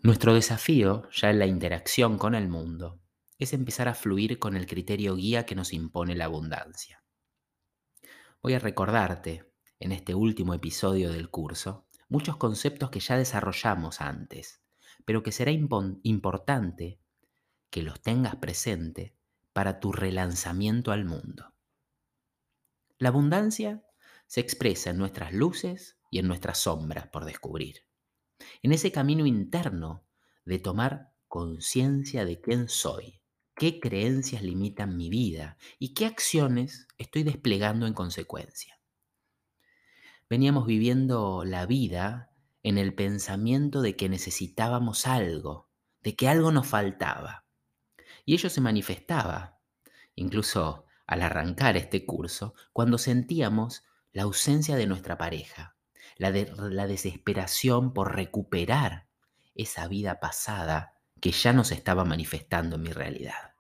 Nuestro desafío, ya en la interacción con el mundo, es empezar a fluir con el criterio guía que nos impone la abundancia. Voy a recordarte, en este último episodio del curso, muchos conceptos que ya desarrollamos antes, pero que será importante que los tengas presente para tu relanzamiento al mundo. La abundancia se expresa en nuestras luces y en nuestras sombras por descubrir. En ese camino interno de tomar conciencia de quién soy, qué creencias limitan mi vida y qué acciones estoy desplegando en consecuencia. Veníamos viviendo la vida en el pensamiento de que necesitábamos algo, de que algo nos faltaba. Y ello se manifestaba, incluso al arrancar este curso, cuando sentíamos la ausencia de nuestra pareja, la desesperación por recuperar esa vida pasada que ya nos estaba manifestando en mi realidad.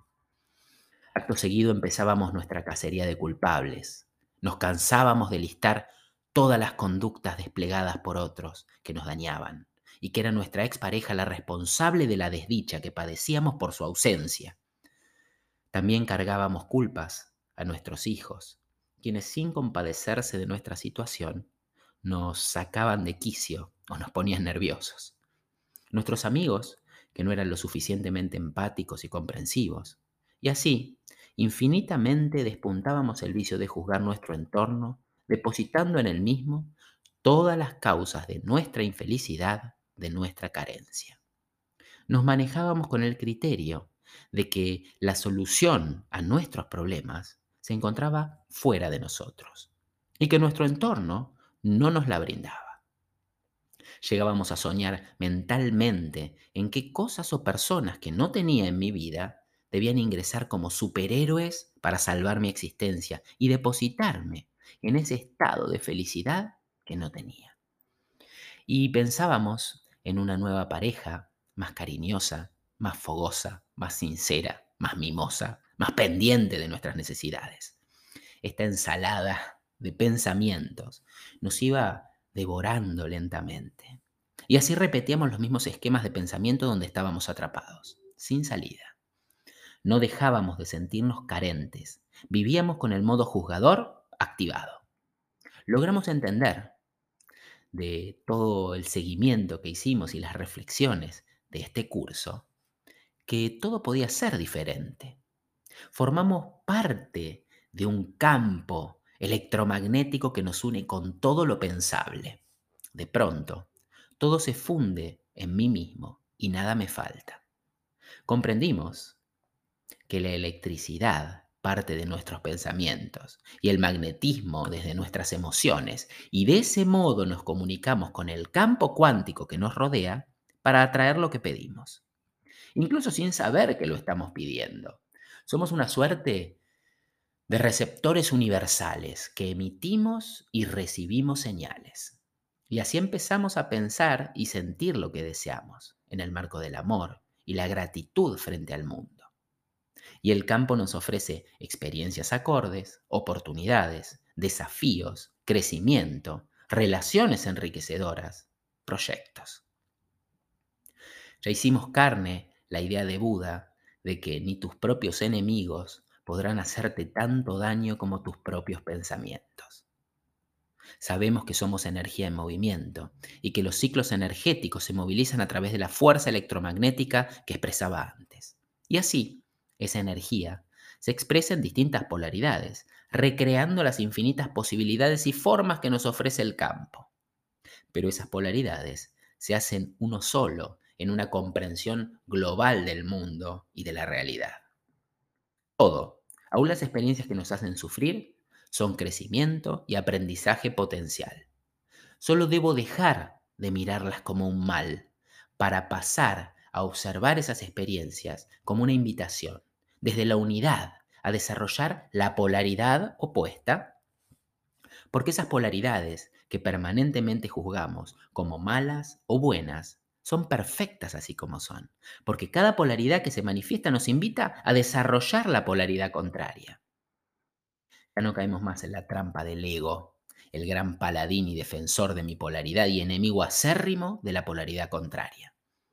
Acto seguido empezábamos nuestra cacería de culpables. Nos cansábamos de listar todas las conductas desplegadas por otros que nos dañaban y que era nuestra expareja la responsable de la desdicha que padecíamos por su ausencia. También cargábamos culpas a nuestros hijos, quienes sin compadecerse de nuestra situación nos sacaban de quicio o nos ponían nerviosos. Nuestros amigos, que no eran lo suficientemente empáticos y comprensivos. Y así, infinitamente despuntábamos el vicio de juzgar nuestro entorno, depositando en el mismo todas las causas de nuestra infelicidad, de nuestra carencia. Nos manejábamos con el criterio de que la solución a nuestros problemas se encontraba fuera de nosotros y que nuestro entorno no nos la brindaba. Llegábamos a soñar mentalmente en qué cosas o personas que no tenía en mi vida debían ingresar como superhéroes para salvar mi existencia y depositarme en ese estado de felicidad que no tenía. Y pensábamos en una nueva pareja, más cariñosa, más fogosa, más sincera, más mimosa, más pendiente de nuestras necesidades. Esta ensalada de pensamientos nos iba devorando lentamente. Y así repetíamos los mismos esquemas de pensamiento donde estábamos atrapados, sin salida. No dejábamos de sentirnos carentes. Vivíamos con el modo juzgador activado. Logramos entender de todo el seguimiento que hicimos y las reflexiones de este curso, que todo podía ser diferente. Formamos parte de un campo electromagnético que nos une con todo lo pensable. De pronto, todo se funde en mí mismo y nada me falta. Comprendimos que la electricidad parte de nuestros pensamientos y el magnetismo desde nuestras emociones, y de ese modo nos comunicamos con el campo cuántico que nos rodea para atraer lo que pedimos, incluso sin saber que lo estamos pidiendo. Somos una suerte de receptores universales que emitimos y recibimos señales. Y así empezamos a pensar y sentir lo que deseamos en el marco del amor y la gratitud frente al mundo. Y el campo nos ofrece experiencias acordes, oportunidades, desafíos, crecimiento, relaciones enriquecedoras, proyectos. Ya hicimos carne la idea de Buda de que ni tus propios enemigos podrán hacerte tanto daño como tus propios pensamientos. Sabemos que somos energía en movimiento y que los ciclos energéticos se movilizan a través de la fuerza electromagnética que expresaba antes. Y así, esa energía se expresa en distintas polaridades, recreando las infinitas posibilidades y formas que nos ofrece el campo. Pero esas polaridades se hacen uno solo en una comprensión global del mundo y de la realidad. Todo, aún las experiencias que nos hacen sufrir, son crecimiento y aprendizaje potencial. Solo debo dejar de mirarlas como un mal para pasar a observar esas experiencias como una invitación, desde la unidad, a desarrollar la polaridad opuesta, porque esas polaridades que permanentemente juzgamos como malas o buenas son perfectas así como son, porque cada polaridad que se manifiesta nos invita a desarrollar la polaridad contraria. Ya no caemos más en la trampa del ego, el gran paladín y defensor de mi polaridad y enemigo acérrimo de la polaridad contraria.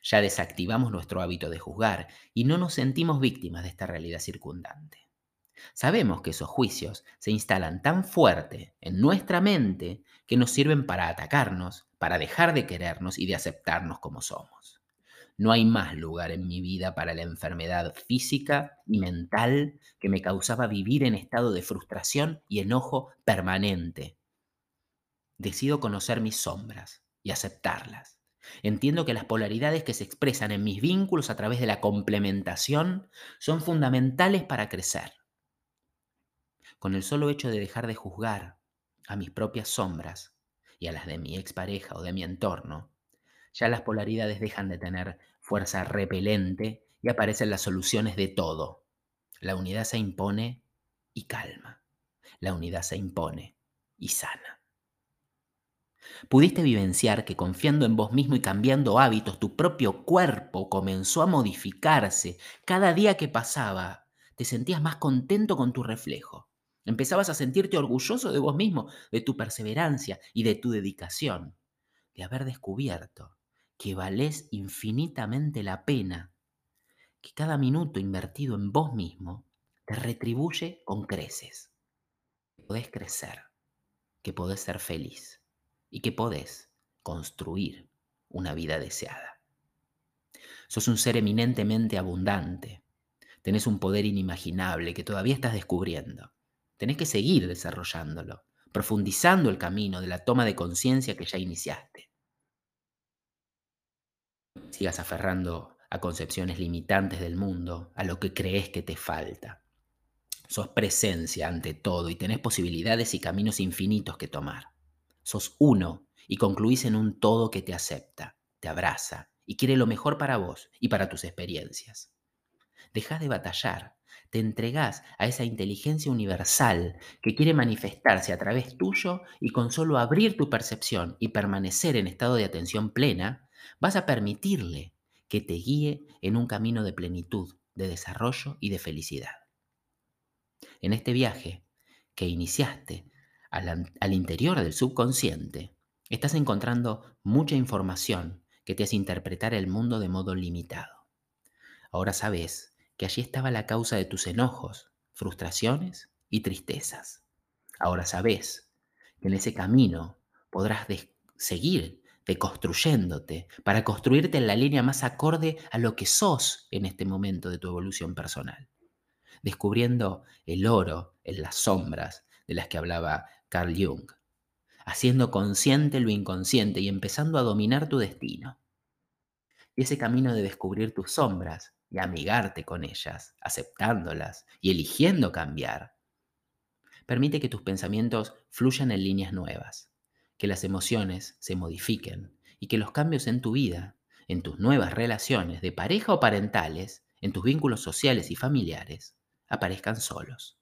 Ya desactivamos nuestro hábito de juzgar y no nos sentimos víctimas de esta realidad circundante. Sabemos que esos juicios se instalan tan fuerte en nuestra mente que nos sirven para atacarnos, para dejar de querernos y de aceptarnos como somos. No hay más lugar en mi vida para la enfermedad física y mental que me causaba vivir en estado de frustración y enojo permanente. Decido conocer mis sombras y aceptarlas. Entiendo que las polaridades que se expresan en mis vínculos a través de la complementación son fundamentales para crecer. Con el solo hecho de dejar de juzgar a mis propias sombras y a las de mi expareja o de mi entorno, ya las polaridades dejan de tener fuerza repelente y aparecen las soluciones de todo. La unidad se impone y calma. La unidad se impone y sana. Pudiste vivenciar que confiando en vos mismo y cambiando hábitos, tu propio cuerpo comenzó a modificarse. Cada día que pasaba, te sentías más contento con tu reflejo. Empezabas a sentirte orgulloso de vos mismo, de tu perseverancia y de tu dedicación, de haber descubierto que valés infinitamente la pena, que cada minuto invertido en vos mismo te retribuye con creces. Podés crecer, que podés ser feliz y que podés construir una vida deseada. Sos un ser eminentemente abundante. Tenés un poder inimaginable que todavía estás descubriendo. Tenés que seguir desarrollándolo, profundizando el camino de la toma de conciencia que ya iniciaste. Sigas aferrando a concepciones limitantes del mundo, a lo que crees que te falta. Sos presencia ante todo y tenés posibilidades y caminos infinitos que tomar. Sos uno y concluís en un todo que te acepta, te abraza y quiere lo mejor para vos y para tus experiencias. Dejás de batallar, te entregás a esa inteligencia universal que quiere manifestarse a través tuyo y con solo abrir tu percepción y permanecer en estado de atención plena, vas a permitirle que te guíe en un camino de plenitud, de desarrollo y de felicidad. En este viaje que iniciaste al interior del subconsciente, estás encontrando mucha información que te hace interpretar el mundo de modo limitado. Ahora sabes que allí estaba la causa de tus enojos, frustraciones y tristezas. Ahora sabes que en ese camino podrás seguir deconstruyéndote para construirte en la línea más acorde a lo que sos en este momento de tu evolución personal, descubriendo el oro en las sombras de las que hablaba Carl Jung, haciendo consciente lo inconsciente y empezando a dominar tu destino. Y ese camino de descubrir tus sombras y amigarte con ellas, aceptándolas y eligiendo cambiar, permite que tus pensamientos fluyan en líneas nuevas, que las emociones se modifiquen y que los cambios en tu vida, en tus nuevas relaciones de pareja o parentales, en tus vínculos sociales y familiares, aparezcan solos.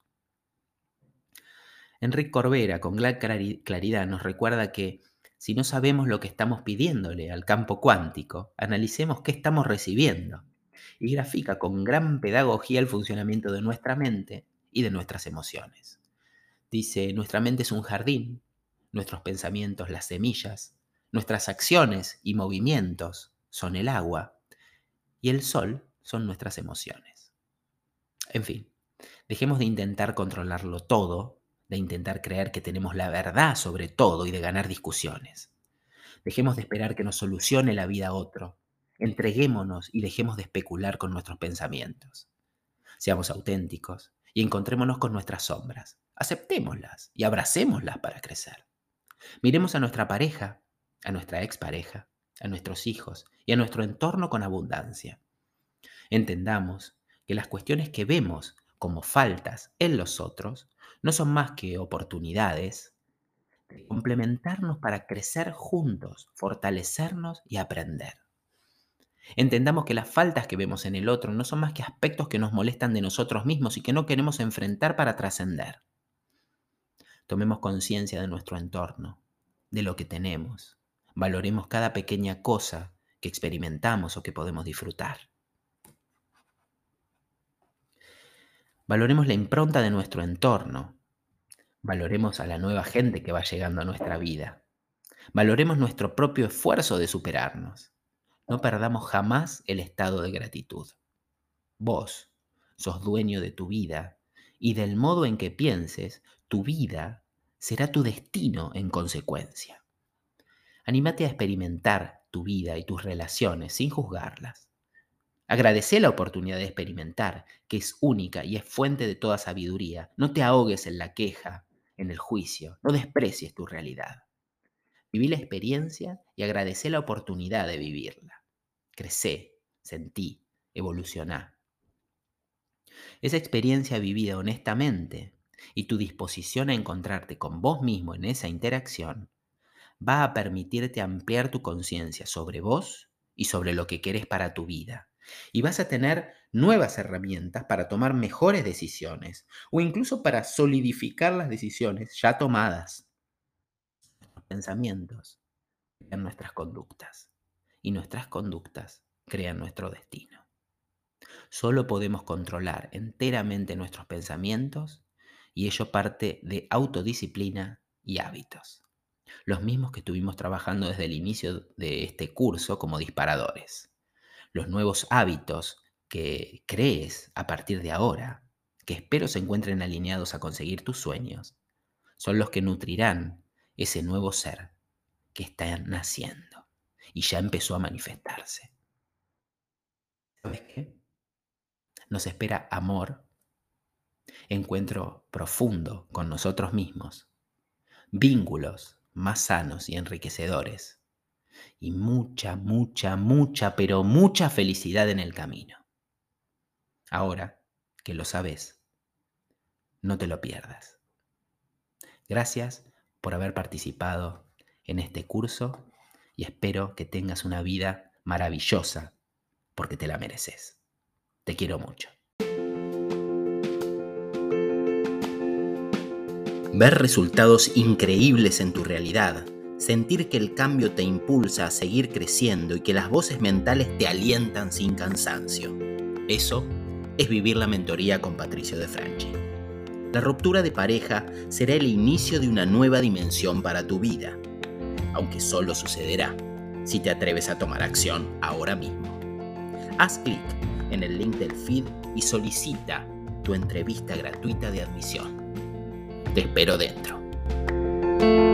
Enrique Corbera, con gran claridad, nos recuerda que si no sabemos lo que estamos pidiéndole al campo cuántico, analicemos qué estamos recibiendo y grafica con gran pedagogía el funcionamiento de nuestra mente y de nuestras emociones. Dice, nuestra mente es un jardín, nuestros pensamientos las semillas, nuestras acciones y movimientos son el agua y el sol son nuestras emociones. En fin, dejemos de intentar controlarlo todo, de intentar creer que tenemos la verdad sobre todo y de ganar discusiones. Dejemos de esperar que nos solucione la vida otro. Entreguémonos y dejemos de especular con nuestros pensamientos. Seamos auténticos y encontrémonos con nuestras sombras. Aceptémoslas y abracémoslas para crecer. Miremos a nuestra pareja, a nuestra expareja, a nuestros hijos y a nuestro entorno con abundancia. Entendamos que las cuestiones que vemos como faltas en los otros no son más que oportunidades de complementarnos para crecer juntos, fortalecernos y aprender. Entendamos que las faltas que vemos en el otro no son más que aspectos que nos molestan de nosotros mismos y que no queremos enfrentar para trascender. Tomemos conciencia de nuestro entorno, de lo que tenemos. Valoremos cada pequeña cosa que experimentamos o que podemos disfrutar. Valoremos la impronta de nuestro entorno. Valoremos a la nueva gente que va llegando a nuestra vida. Valoremos nuestro propio esfuerzo de superarnos. No perdamos jamás el estado de gratitud. Vos sos dueño de tu vida y del modo en que pienses, tu vida será tu destino en consecuencia. Anímate a experimentar tu vida y tus relaciones sin juzgarlas. Agradece la oportunidad de experimentar, que es única y es fuente de toda sabiduría. No te ahogues en la queja, en el juicio. No desprecies tu realidad. Viví la experiencia y agradecé la oportunidad de vivirla. Crecé, sentí, evolucioná. Esa experiencia vivida honestamente y tu disposición a encontrarte con vos mismo en esa interacción va a permitirte ampliar tu conciencia sobre vos y sobre lo que querés para tu vida. Y vas a tener nuevas herramientas para tomar mejores decisiones o incluso para solidificar las decisiones ya tomadas. Los pensamientos crean nuestras conductas y nuestras conductas crean nuestro destino. Solo podemos controlar enteramente nuestros pensamientos y ello parte de autodisciplina y hábitos. Los mismos que estuvimos trabajando desde el inicio de este curso como disparadores. Los nuevos hábitos que crees a partir de ahora, que espero se encuentren alineados a conseguir tus sueños, son los que nutrirán ese nuevo ser que está naciendo y ya empezó a manifestarse. ¿Sabes qué? Nos espera amor, encuentro profundo con nosotros mismos, vínculos más sanos y enriquecedores y pero mucha felicidad en el camino. Ahora que lo sabes, no te lo pierdas. Gracias por haber participado en este curso y espero que tengas una vida maravillosa porque te la mereces. Te quiero mucho. Ver resultados increíbles en tu realidad, sentir que el cambio te impulsa a seguir creciendo y que las voces mentales te alientan sin cansancio. Eso es vivir la mentoría con Patricio De Franchi. La ruptura de pareja será el inicio de una nueva dimensión para tu vida, aunque solo sucederá si te atreves a tomar acción ahora mismo. Haz clic en el link del feed y solicita tu entrevista gratuita de admisión. Te espero dentro.